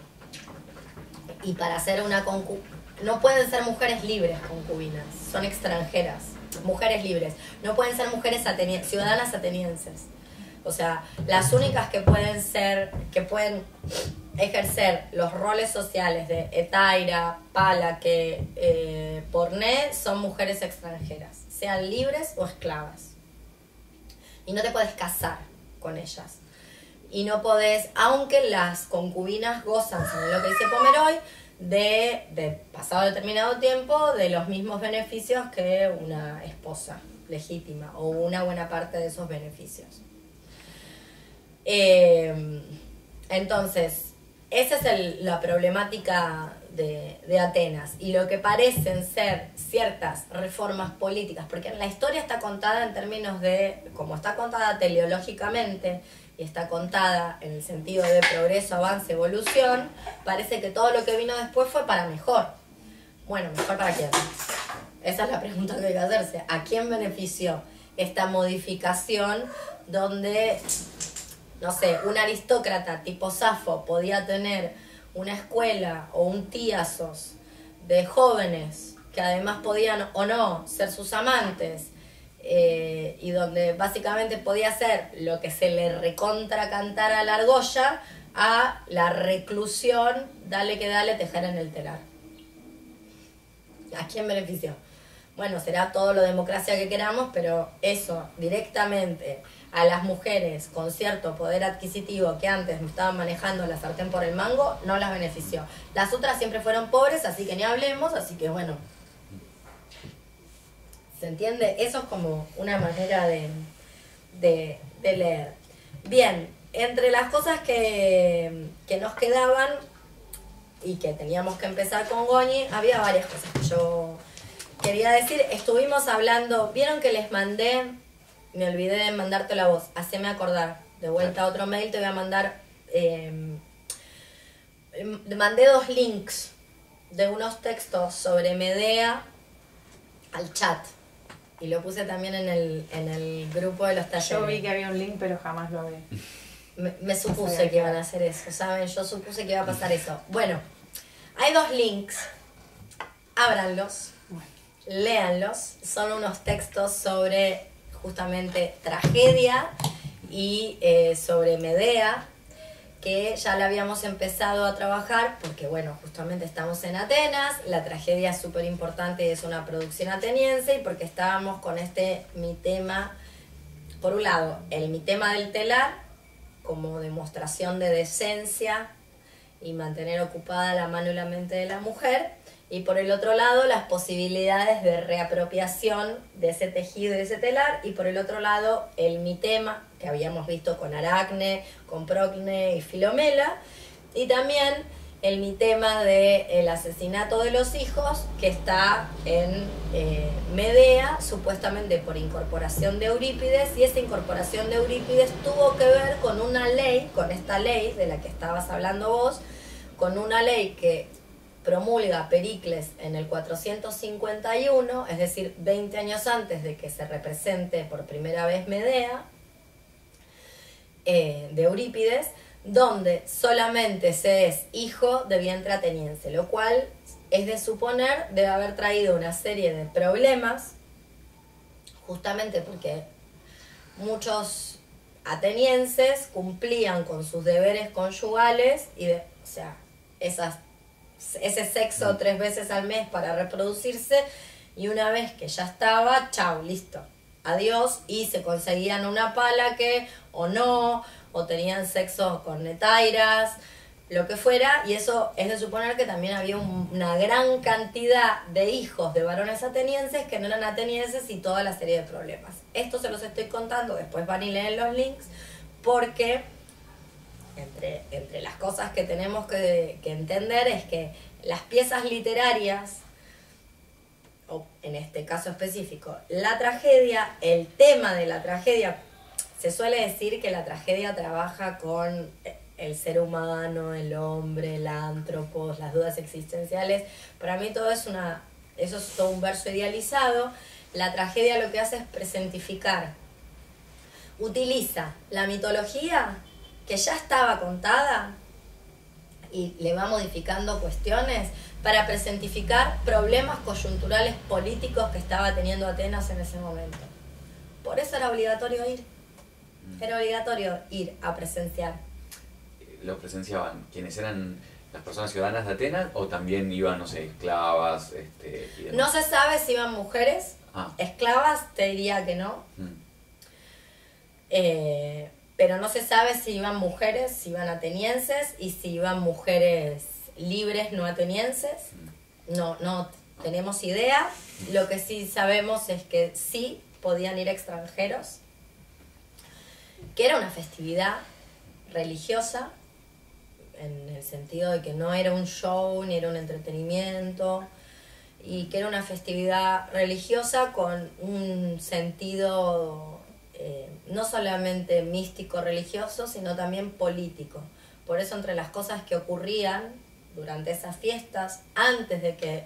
Y para ser una concubina, no pueden ser mujeres libres concubinas, son extranjeras, mujeres libres. No pueden ser mujeres ciudadanas atenienses. O sea, las únicas que pueden ejercer los roles sociales de etaira, palaque, porné, son mujeres extranjeras, sean libres o esclavas. Y no te puedes casar con ellas. Y no podés, aunque las concubinas gozan, según lo que dice Pomeroy, de pasado determinado tiempo, de los mismos beneficios que una esposa legítima, o una buena parte de esos beneficios. Entonces, esa es la problemática de Atenas, y lo que parecen ser ciertas reformas políticas, porque la historia está contada en términos de, como está contada teleológicamente, y está contada en el sentido de progreso, avance, evolución, parece que todo lo que vino después fue para mejor. Bueno, ¿mejor para quién? Esa es la pregunta que hay que hacerse. ¿A quién benefició esta modificación donde, no sé, un aristócrata tipo Safo podía tener una escuela o un tíasos de jóvenes que además podían o no ser sus amantes, y donde básicamente podía ser lo que se le recontra cantara a la argolla, a la reclusión, dale que dale, tejer en el telar? ¿A quién benefició? Bueno, será todo lo democracia que queramos, pero eso directamente a las mujeres con cierto poder adquisitivo que antes estaban manejando la sartén por el mango, no las benefició. Las otras siempre fueron pobres, así que ni hablemos, así que bueno. ¿Se entiende? Eso es como una manera de leer. Bien, entre las cosas que nos quedaban y que teníamos que empezar con Goni, había varias cosas que yo quería decir. Estuvimos hablando, vieron que les mandé, me olvidé de mandarte la voz, haceme acordar, de vuelta a otro mail te voy a mandar, mandé 2 links de unos textos sobre Medea al chat. Y lo puse también en el grupo de los talleres. Yo vi que había un link, pero jamás lo vi. Me supuse que iban a hacer eso, ¿saben? Yo supuse que iba a pasar eso. Bueno, hay 2 links. Ábranlos, léanlos. Son unos textos sobre justamente tragedia y sobre Medea, que ya la habíamos empezado a trabajar porque, bueno, justamente estamos en Atenas, la tragedia es súper importante y es una producción ateniense, y porque estábamos con mi tema, por un lado, mi tema del telar, como demostración de decencia y mantener ocupada la mano y la mente de la mujer, y por el otro lado las posibilidades de reapropiación de ese tejido y de ese telar, y por el otro lado el mitema que habíamos visto con Aracne, con Procne y Filomela, y también el mitema del asesinato de los hijos que está en Medea, supuestamente por incorporación de Eurípides, y esa incorporación de Eurípides tuvo que ver con una ley, con esta ley de la que estabas hablando vos, con una ley que promulga Pericles en el 451, es decir, 20 años antes de que se represente por primera vez Medea, de Eurípides, donde solamente se es hijo de vientre ateniense, lo cual es de suponer debe haber traído una serie de problemas, justamente porque muchos atenienses cumplían con sus deberes conyugales y o sea, ese sexo 3 veces al mes para reproducirse, y una vez que ya estaba, chau, listo, adiós, y se conseguían una pala que o no, o tenían sexo con netairas, lo que fuera, y eso es de suponer que también había una gran cantidad de hijos de varones atenienses que no eran atenienses, y toda la serie de problemas. Esto se los estoy contando, después van y leen los links, porque entre las cosas que tenemos que entender es que las piezas literarias, o en este caso específico, la tragedia, el tema de la tragedia, se suele decir que la tragedia trabaja con el ser humano, el hombre, el antropos, las dudas existenciales. Para mí todo eso es todo un verso idealizado. La tragedia lo que hace es presentificar, utiliza la mitología que ya estaba contada y le va modificando cuestiones para presentificar problemas coyunturales políticos que estaba teniendo Atenas en ese momento. Por eso era obligatorio ir. Era obligatorio ir a presenciar. ¿Lo presenciaban quienes eran las personas ciudadanas de Atenas o también iban, no sé, esclavas? Y demás? No se sabe si iban mujeres, esclavas, te diría que no. Pero no se sabe si iban mujeres, si iban atenienses y si iban mujeres libres no atenienses. No tenemos idea. Lo que sí sabemos es que sí podían ir extranjeros, que era una festividad religiosa, en el sentido de que no era un show ni era un entretenimiento, y que era una festividad religiosa con un sentido no solamente místico religioso, sino también político. Por eso, entre las cosas que ocurrían durante esas fiestas, antes de que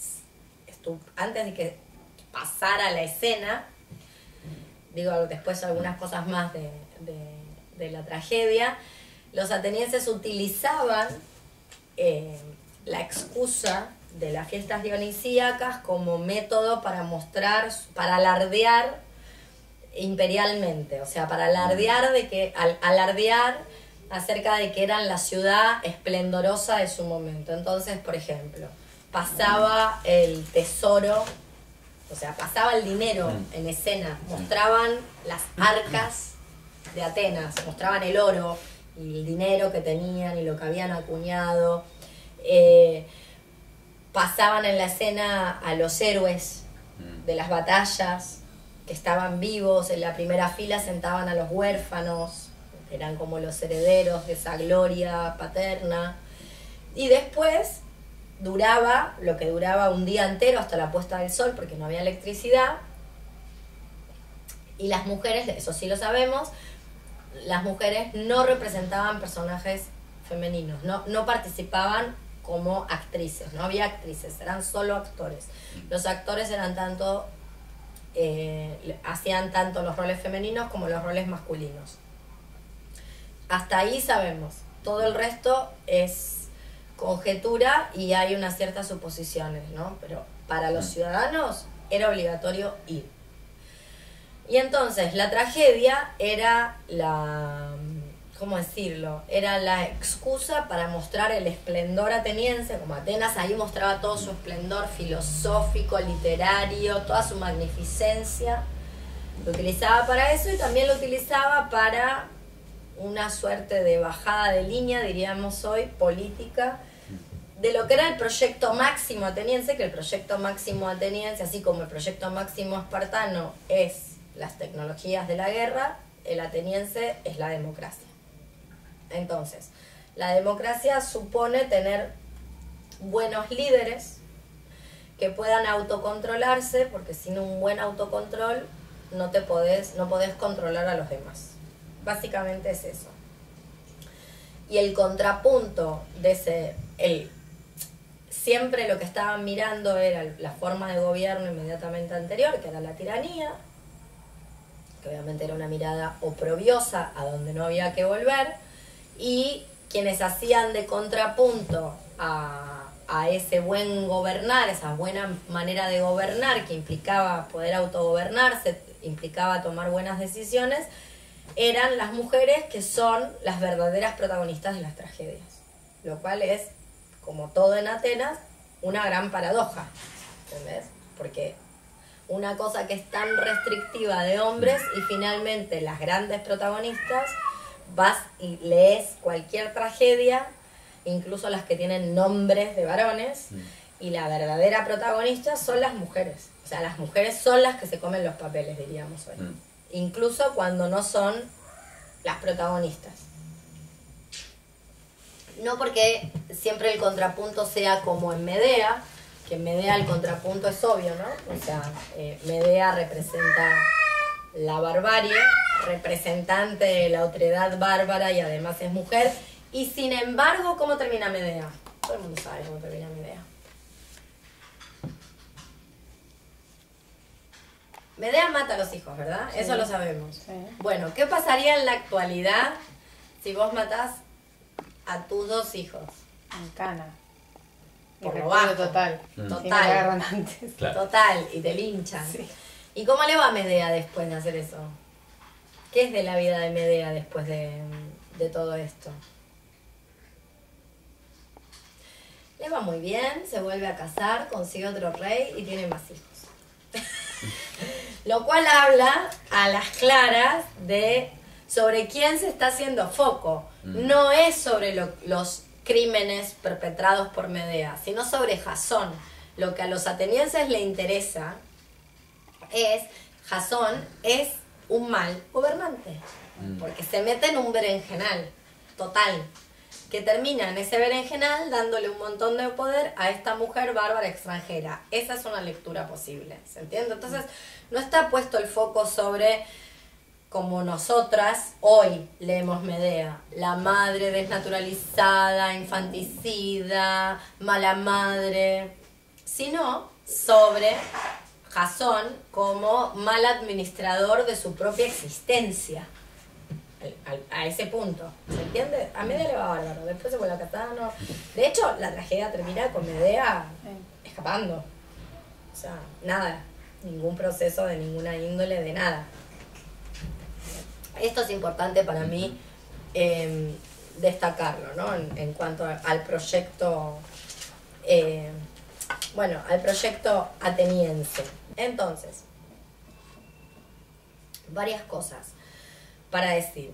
pasara la escena, digo después algunas cosas más de la tragedia, los atenienses utilizaban la excusa de las fiestas dionisíacas como método para mostrar, para alardear imperialmente, o sea, para alardear alardear acerca de que eran la ciudad esplendorosa de su momento. Entonces, por ejemplo, pasaba el tesoro, o sea, pasaba el dinero en escena, mostraban las arcas de Atenas, mostraban el oro y el dinero que tenían y lo que habían acuñado, pasaban en la escena a los héroes de las batallas que estaban vivos, en la primera fila sentaban a los huérfanos, eran como los herederos de esa gloria paterna, y después duraba lo que duraba un día entero hasta la puesta del sol porque no había electricidad, y las mujeres, eso sí lo sabemos, las mujeres no representaban personajes femeninos, no participaban como actrices, no había actrices, eran solo actores. Los actores eran hacían tanto los roles femeninos como los roles masculinos. Hasta ahí sabemos, todo el resto es conjetura y hay unas ciertas suposiciones, ¿no? Pero para los ciudadanos era obligatorio ir. Y entonces la tragedia era ¿cómo decirlo? Era la excusa para mostrar el esplendor ateniense, como Atenas ahí mostraba todo su esplendor filosófico, literario, toda su magnificencia. Lo utilizaba para eso y también lo utilizaba para una suerte de bajada de línea, diríamos hoy, política, de lo que era el proyecto máximo ateniense, que el proyecto máximo ateniense, así como el proyecto máximo espartano es las tecnologías de la guerra, el ateniense es la democracia. Entonces, la democracia supone tener buenos líderes que puedan autocontrolarse, porque sin un buen autocontrol no podés controlar a los demás. Básicamente es eso. Y el contrapunto de siempre lo que estaban mirando era la forma de gobierno inmediatamente anterior, que era la tiranía, que obviamente era una mirada oprobiosa a donde no había que volver, y quienes hacían de contrapunto a ese buen gobernar, esa buena manera de gobernar que implicaba poder autogobernarse, implicaba tomar buenas decisiones, eran las mujeres, que son las verdaderas protagonistas de las tragedias. Lo cual es, como todo en Atenas, una gran paradoja, ¿entendés? Porque una cosa que es tan restrictiva de hombres y finalmente las grandes protagonistas, vas y lees cualquier tragedia, incluso las que tienen nombres de varones, y la verdadera protagonista son las mujeres. O sea, las mujeres son las que se comen los papeles, diríamos hoy. Incluso cuando no son las protagonistas. No porque siempre el contrapunto sea como en Medea, que en Medea el contrapunto es obvio, ¿no? O sea, Medea representa la barbarie, representante de la otredad bárbara y además es mujer. Y sin embargo, ¿cómo termina Medea? Todo el mundo sabe cómo termina Medea. Medea mata a los hijos, ¿verdad? Sí. Eso lo sabemos. Sí. Bueno, ¿qué pasaría en la actualidad si vos matás a tus 2 hijos? En cana. Por lo bajo. Total. Total. Antes. Claro. Total. Y te linchan. Sí. ¿Y cómo le va a Medea después de hacer eso? ¿Qué es de la vida de Medea después de todo esto? Le va muy bien, se vuelve a casar, consigue otro rey y tiene más hijos. Lo cual habla a las claras sobre quién se está haciendo foco. No es sobre los crímenes perpetrados por Medea, sino sobre Jasón. Lo que a los atenienses le interesa es, Jasón es un mal gobernante, porque se mete en un berenjenal total, que termina en ese berenjenal dándole un montón de poder a esta mujer bárbara extranjera. Esa es una lectura posible, ¿se entiende? Entonces, no está puesto el foco sobre, como nosotras hoy leemos Medea, la madre desnaturalizada, infanticida, mala madre, sino sobre Jasón como mal administrador de su propia existencia. A ese punto, ¿se entiende? A Medea le va bárbaro, después se vuelve a Catano. De hecho, la tragedia termina con Medea escapando. O sea, nada, ningún proceso de ninguna índole, de nada. Esto es importante para mí destacarlo, ¿no? En cuanto al proyecto, al proyecto ateniense. Entonces, varias cosas para decir.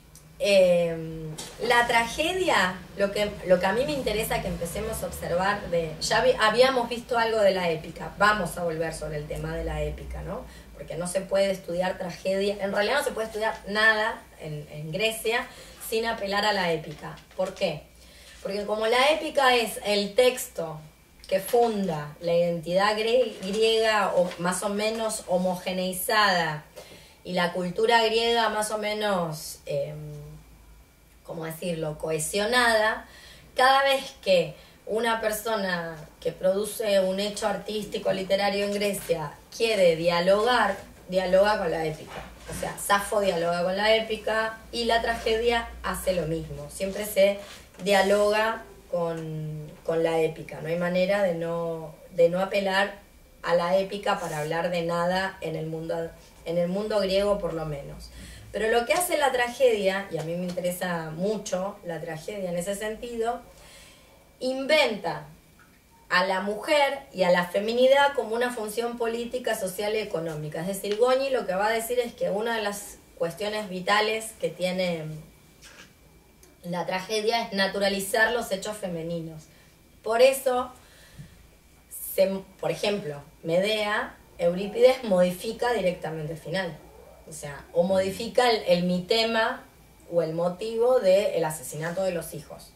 La tragedia, lo que a mí me interesa que empecemos a observar, habíamos visto algo de la épica, vamos a volver sobre el tema de la épica, ¿no? Porque no se puede estudiar tragedia, en realidad no se puede estudiar nada en Grecia sin apelar a la épica. ¿Por qué? Porque como la épica es el texto que funda la identidad griega o más o menos homogeneizada, y la cultura griega más o menos, ¿cómo decirlo?, cohesionada, cada vez que una persona que produce un hecho artístico, literario en Grecia quiere dialoga con la épica. O sea, Safo dialoga con la épica y la tragedia hace lo mismo. Siempre se dialoga con la épica. No hay manera de no apelar a la épica para hablar de nada en el mundo griego, por lo menos. Pero lo que hace la tragedia, y a mí me interesa mucho la tragedia en ese sentido, inventa a la mujer y a la feminidad como una función política, social y económica. Es decir, Goñi lo que va a decir es que una de las cuestiones vitales que tiene la tragedia es naturalizar los hechos femeninos. por eso, por ejemplo, Medea, Eurípides modifica directamente el final. O sea, o modifica el mitema o el motivo del asesinato de los hijos.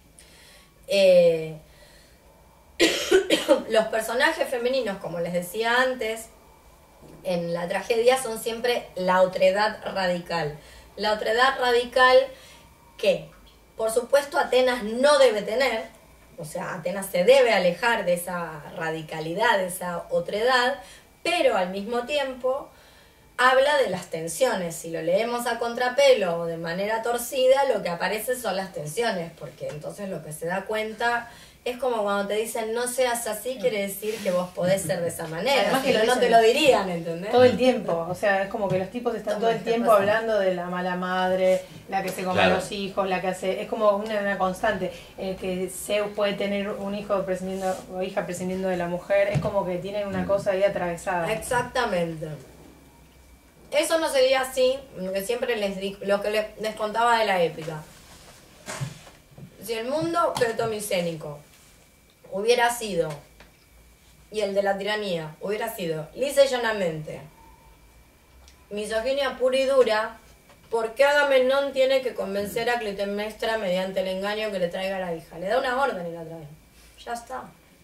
Los personajes femeninos, como les decía antes, en la tragedia son siempre la otredad radical. La otredad radical que, por supuesto, Atenas no debe tener, o sea, Atenas se debe alejar de esa radicalidad, de esa otredad, pero al mismo tiempo habla de las tensiones. Si lo leemos a contrapelo o de manera torcida, lo que aparece son las tensiones, porque entonces lo que se da cuenta es como cuando te dicen no seas así, quiere decir que vos podés ser de esa manera. Además que si no, lo no te dicen lo dirían, ¿entendés? todo el tiempo, o sea, es como que los tipos están todo el tiempo hablando de la mala madre, la que se come a los hijos, la que hace, es como una constante, que Zeus puede tener un hijo prescindiendo, o hija prescindiendo de la mujer, es como que tienen una cosa ahí atravesada. Exactamente. Eso no sería así, lo que siempre lo que les contaba de la épica. Si el mundo cretomicénico hubiera sido, y el de la tiranía hubiera sido lisa y llanamente misoginia pura y dura, ¿por qué Agamenón tiene que convencer a Clitemnestra mediante el engaño que le traiga a la hija? Le da una orden y la trae. Ya está.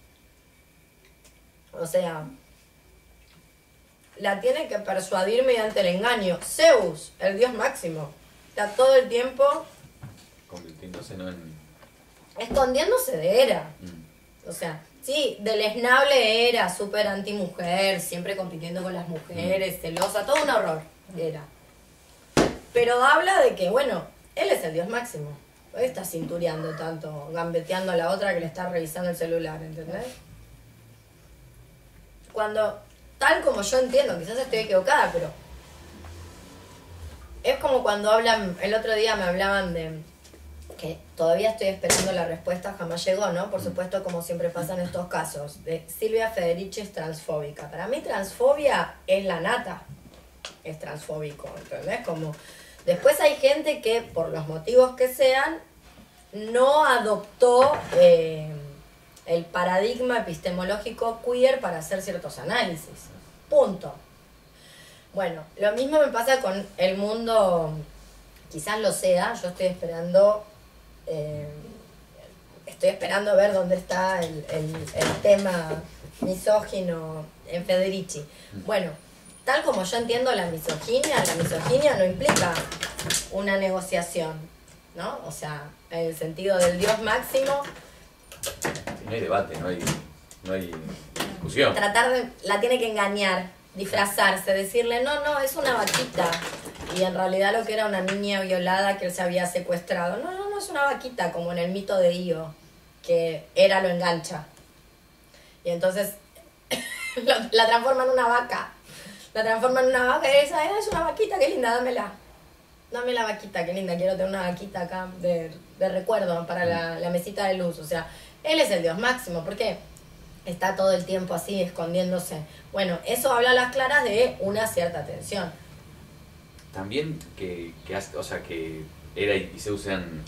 O sea, la tiene que persuadir mediante el engaño. Zeus, el dios máximo, está todo el tiempo convirtiéndose en... escondiéndose de Hera. O sea, sí, deleznable era, súper antimujer, siempre compitiendo con las mujeres, celosa, todo un horror era. Pero habla de que, bueno, él es el dios máximo. Hoy está cintureando tanto, gambeteando a la otra que le está revisando el celular, ¿entendés? Cuando, tal como yo entiendo, quizás estoy equivocada, pero es como cuando hablan, el otro día me hablaban de que todavía estoy esperando la respuesta, jamás llegó, ¿no? Por supuesto, como siempre pasa en estos casos, de Silvia Federici es transfóbica. Para mí transfobia es la nata, es transfóbico, ¿entendés? Como, después hay gente que, por los motivos que sean, no adoptó el paradigma epistemológico queer para hacer ciertos análisis. Punto. Bueno, lo mismo me pasa con el mundo, quizás lo sea, yo estoy esperando ver dónde está el tema misógino en Federici. Bueno, tal como yo entiendo la misoginia no implica una negociación, ¿no? O sea, en el sentido del dios máximo. No hay debate, no hay discusión. La tiene que engañar, disfrazarse, decirle, no, es una vaquita. Y en realidad lo que era una niña violada que él se había secuestrado. No, es una vaquita, como en el mito de Io, que Hera lo engancha. Y entonces la transforma en una vaca. La transforma en una vaca y esa es una vaquita, qué linda, dámela. Dame la vaquita, qué linda, quiero tener una vaquita acá de recuerdo para la mesita de luz. O sea, él es el dios máximo, porque está todo el tiempo así, escondiéndose. Bueno, eso habla a las claras de una cierta tensión. También que Hera y Zeus sean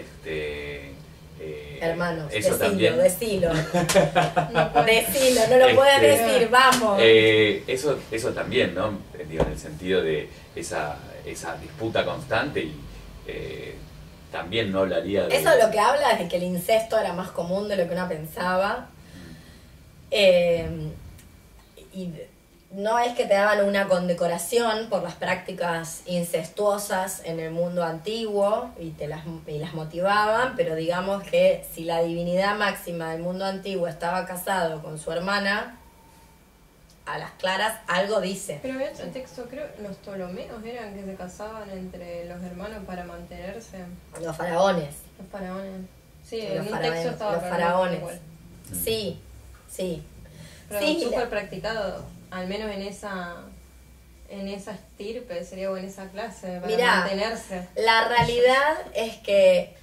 hermanos, eso también. decilo, no lo puedes decir, vamos. Eso también, ¿no? Digo, en el sentido de esa disputa constante y también no hablaría de... Eso lo que habla es de que el incesto era más común de lo que uno pensaba. Y no es que te daban una condecoración por las prácticas incestuosas en el mundo antiguo y las motivaban, pero digamos que si la divinidad máxima del mundo antiguo estaba casado con su hermana, a las claras algo dice. Pero en otro texto, creo, los Ptolomeos eran que se casaban entre los hermanos para mantenerse. Los faraones. Los faraones. Sí, Los en un faraones, texto estaba los permitido faraones. igual. Sí. Pero Sí, súper practicado, al menos en esa estirpe, sería o en esa clase, para mantenerse. La realidad es que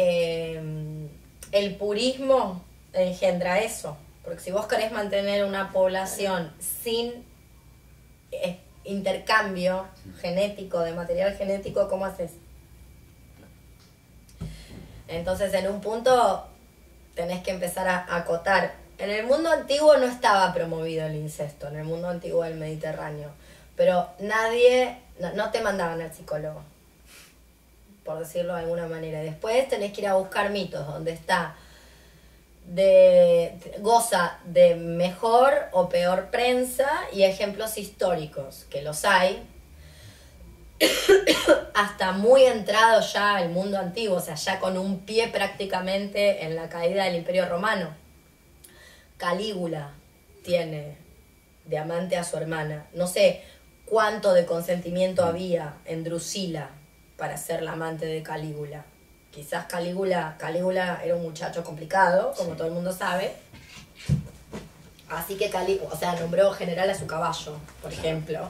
el purismo engendra eso. Porque si vos querés mantener una población sin intercambio genético, de material genético, ¿cómo haces? Entonces, en un punto, tenés que empezar a acotar. En el mundo antiguo no estaba promovido el incesto, en el mundo antiguo del Mediterráneo, pero no te mandaban al psicólogo, por decirlo de alguna manera. Después tenés que ir a buscar mitos donde está goza de mejor o peor prensa y ejemplos históricos, que los hay, hasta muy entrado ya el mundo antiguo, o sea, ya con un pie prácticamente en la caída del Imperio Romano. Calígula tiene de amante a su hermana. No sé cuánto de consentimiento había en Drusila para ser la amante de Calígula. Quizás Calígula era un muchacho complicado, como todo el mundo sabe. Así que nombró general a su caballo, por ejemplo.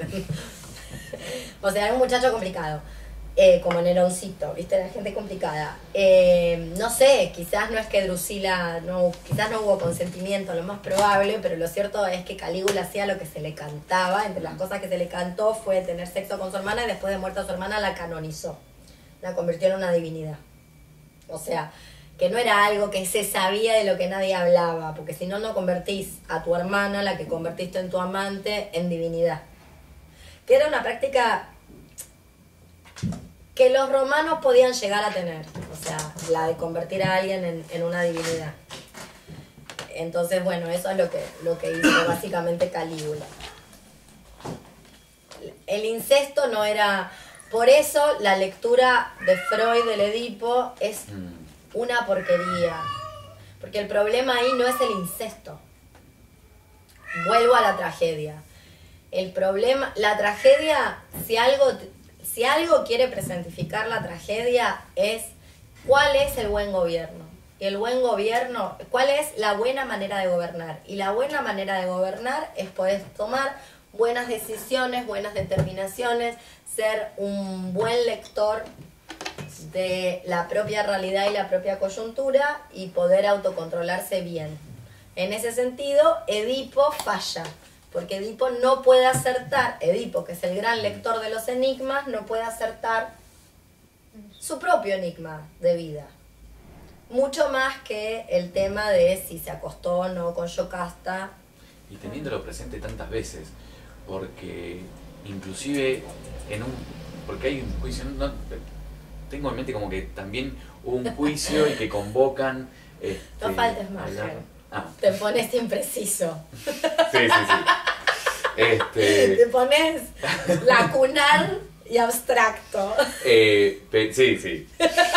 O sea, era un muchacho complicado. Como Neroncito, ¿viste? Era gente complicada. No sé, quizás no es que Drusila, quizás no hubo consentimiento, lo más probable, pero lo cierto es que Calígula hacía lo que se le cantaba. Entre las cosas que se le cantó fue tener sexo con su hermana y después de muerta su hermana la canonizó. La convirtió en una divinidad. O sea, que no era algo que se sabía de lo que nadie hablaba, porque si no, no convertís a tu hermana, la que convertiste en tu amante, en divinidad. Que era una práctica que los romanos podían llegar a tener, o sea, la de convertir a alguien en una divinidad. Entonces, bueno, eso es lo que hizo básicamente Calígula. El incesto no era... Por eso la lectura de Freud del Edipo es una porquería. Porque el problema ahí no es el incesto. Vuelvo a la tragedia. El problema, la tragedia, si algo quiere presentificar la tragedia es cuál es el buen gobierno. Y el buen gobierno, cuál es la buena manera de gobernar. Y la buena manera de gobernar es poder tomar buenas decisiones, buenas determinaciones, ser un buen lector de la propia realidad y la propia coyuntura y poder autocontrolarse bien. En ese sentido, Edipo falla, porque Edipo no puede acertar, Edipo, que es el gran lector de los enigmas, no puede acertar su propio enigma de vida. Mucho más que el tema de si se acostó o no con Yocasta. Y teniéndolo presente tantas veces, porque inclusive porque hay un juicio, tengo en mente como que también hubo un juicio y que convocan... no faltes más, te pones impreciso. Sí. Te pones lacunar y abstracto. Sí.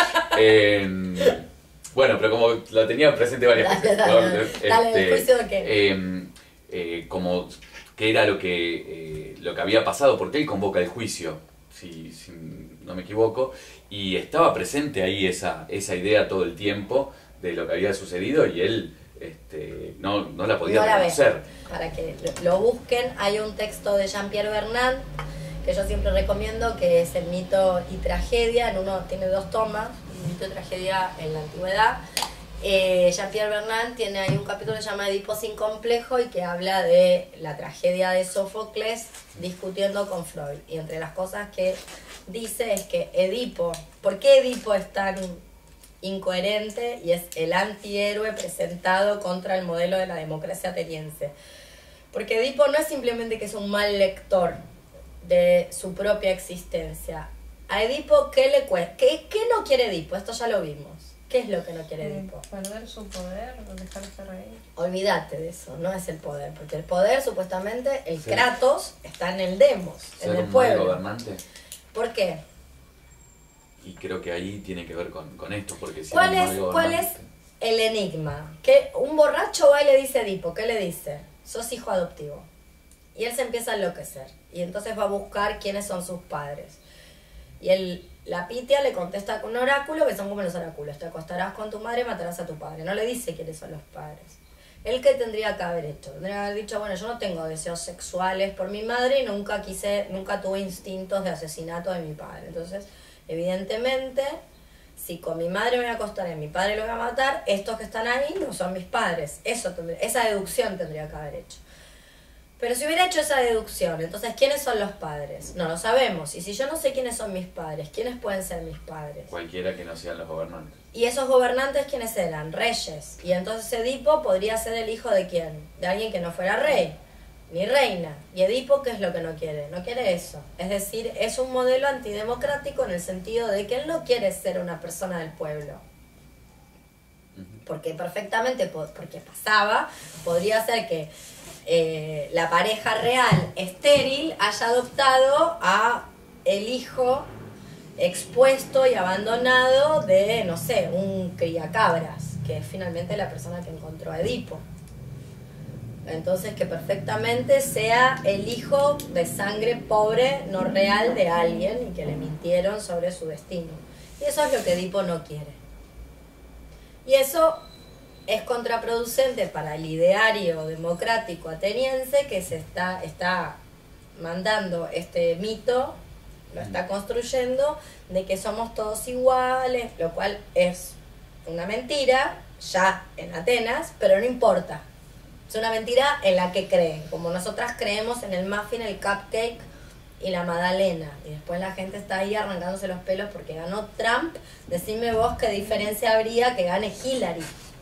Bueno, pero como lo tenía presente varias veces. Dale, ¿el juicio de qué? Como que era lo que había pasado, porque él convoca el juicio, si no me equivoco, y estaba presente ahí esa idea todo el tiempo de lo que había sucedido y él no la podía reconocer. Para que lo busquen, hay un texto de Jean-Pierre Vernant que yo siempre recomiendo, que es el mito y tragedia. En uno tiene 2 tomas, mito y tragedia en la antigüedad. Jean-Pierre Vernant tiene ahí un capítulo que se llama Edipo sin complejo y que habla de la tragedia de Sófocles discutiendo con Freud. Y entre las cosas que dice es que Edipo, ¿por qué Edipo es tan incoherente y es el antihéroe presentado contra el modelo de la democracia ateniense? Porque Edipo no es simplemente que es un mal lector de su propia existencia. A Edipo, ¿qué le cuesta? ¿Qué no quiere Edipo? Esto ya lo vimos. ¿Qué es lo que no quiere Edipo? Perder su poder, dejarse reír. Olvídate de eso, no es el poder. Porque el poder, supuestamente, el Kratos, está en el demos, en el pueblo. Gobernante. ¿Por qué? Y creo que ahí tiene que ver con esto, porque si ¿Cuál es el enigma? Que un borracho va y le dice a Edipo, ¿qué le dice? Sos hijo adoptivo. Y él se empieza a enloquecer. Y entonces va a buscar quiénes son sus padres. Y la Pitia le contesta con un oráculo, que son como los oráculos. Te acostarás con tu madre y matarás a tu padre. No le dice quiénes son los padres. ¿Él qué tendría que haber hecho? Tendría que haber dicho, bueno, yo no tengo deseos sexuales por mi madre y nunca tuve instintos de asesinato de mi padre. Entonces, evidentemente, si con mi madre me voy a acostar y a mi padre lo voy a matar, estos que están ahí no son mis padres. Esa deducción tendría que haber hecho. Pero si hubiera hecho esa deducción, entonces, ¿quiénes son los padres? No lo sabemos. Y si yo no sé quiénes son mis padres, ¿quiénes pueden ser mis padres? Cualquiera que no sean los gobernantes. ¿Y esos gobernantes quiénes eran? Reyes. Y entonces Edipo podría ser el hijo de quién? De alguien que no fuera rey, ni reina. ¿Y Edipo qué es lo que no quiere? No quiere eso. Es decir, es un modelo antidemocrático en el sentido de que él no quiere ser una persona del pueblo. Porque perfectamente, porque pasaba, podría ser que la pareja real estéril haya adoptado a el hijo expuesto y abandonado de, no sé, un criacabras, que es finalmente la persona que encontró a Edipo. Entonces que perfectamente sea el hijo de sangre pobre, no real, de alguien y que le mintieron sobre su destino. Y eso es lo que Edipo no quiere. Y eso es contraproducente para el ideario democrático ateniense que se está mandando este mito, lo está construyendo, de que somos todos iguales, lo cual es una mentira, ya en Atenas, pero no importa. Es una mentira en la que creen, como nosotras creemos en el muffin, el cupcake y la magdalena. Y después la gente está ahí arrancándose los pelos porque ganó Trump. Decime vos qué diferencia habría que gane Hillary.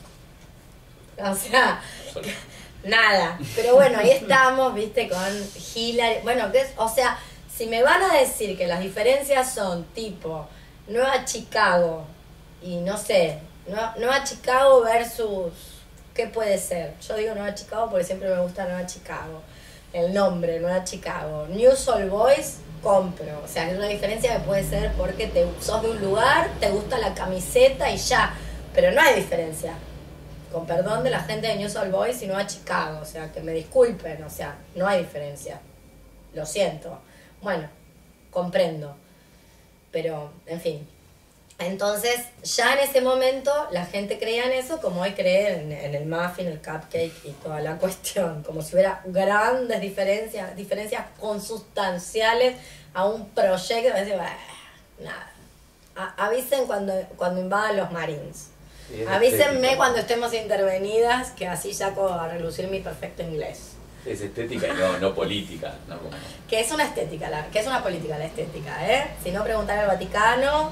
O sea, nada. Pero bueno, ahí estamos, viste, con Hillary. Bueno, ¿qué es? O sea, si me van a decir que las diferencias son tipo Nueva Chicago y no sé, Nueva Chicago versus, ¿qué puede ser? Yo digo Nueva Chicago porque siempre me gusta Nueva Chicago. El nombre, Nueva Chicago. News All Boys, compro. O sea, es una diferencia que puede ser porque sos de un lugar, te gusta la camiseta y ya. Pero no hay diferencia. Con perdón de la gente de News All Boys y Nueva Chicago. O sea, que me disculpen. O sea, no hay diferencia. Lo siento. Bueno, comprendo. Pero, en fin. Entonces, ya en ese momento la gente creía en eso como hoy cree en el muffin, el cupcake y toda la cuestión. Como si hubiera grandes diferencias consustanciales a un proyecto. Nada. Avisen cuando invadan los Marines. Sí, avísenme cuando estemos intervenidas, que así saco a relucir mi perfecto inglés. Es estética y no política. No como... Que es una estética, que es una política la estética, ¿eh? Si no, preguntarle al Vaticano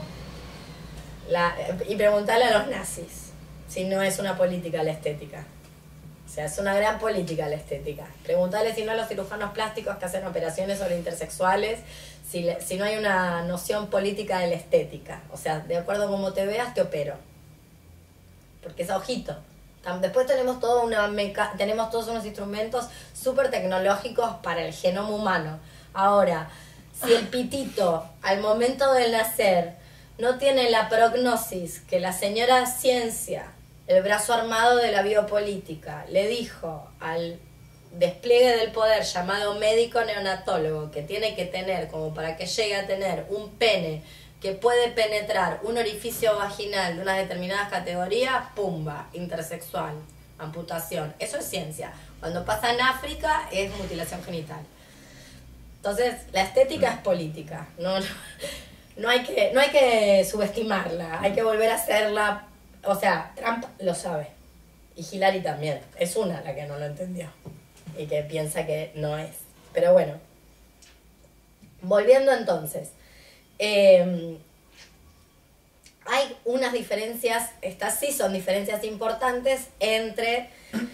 y preguntarle a los nazis si no es una política la estética. O sea, es una gran política la estética. Preguntarle si no a los cirujanos plásticos que hacen operaciones sobre intersexuales, si no hay una noción política de la estética. O sea, de acuerdo a cómo te veas, te opero. Porque es a ojito. Después tenemos todos unos instrumentos súper tecnológicos para el genoma humano. Ahora, si el pitito al momento del nacer no tiene la prognosis que la señora ciencia, el brazo armado de la biopolítica, le dijo al despliegue del poder llamado médico neonatólogo que tiene que tener como para que llegue a tener un pene que puede penetrar un orificio vaginal de una determinada categoría, pumba, intersexual, amputación. Eso es ciencia. Cuando pasa en África es mutilación genital. Entonces, la estética es política. No hay que subestimarla, hay que volver a hacerla. O sea, Trump lo sabe. Y Hillary también. Es una la que no lo entendió. Y que piensa que no es. Pero bueno. Volviendo entonces. Hay unas diferencias, estas sí son diferencias importantes entre...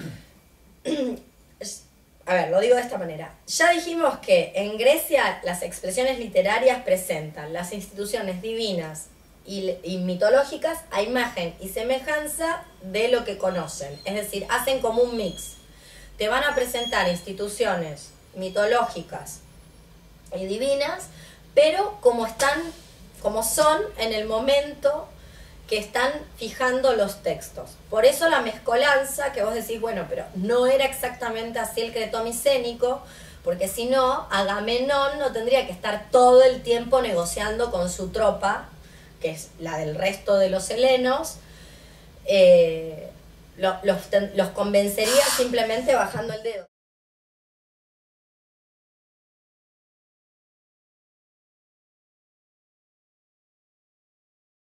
A ver, lo digo de esta manera. Ya dijimos que en Grecia las expresiones literarias presentan las instituciones divinas y mitológicas a imagen y semejanza de lo que conocen. Es decir, hacen como un mix. Te van a presentar instituciones mitológicas y divinas, pero como son en el momento que están fijando los textos. Por eso la mezcolanza, que vos decís, bueno, pero no era exactamente así el creto micénico, porque si no, Agamenón no tendría que estar todo el tiempo negociando con su tropa, que es la del resto de los helenos, los convencería simplemente bajando el dedo.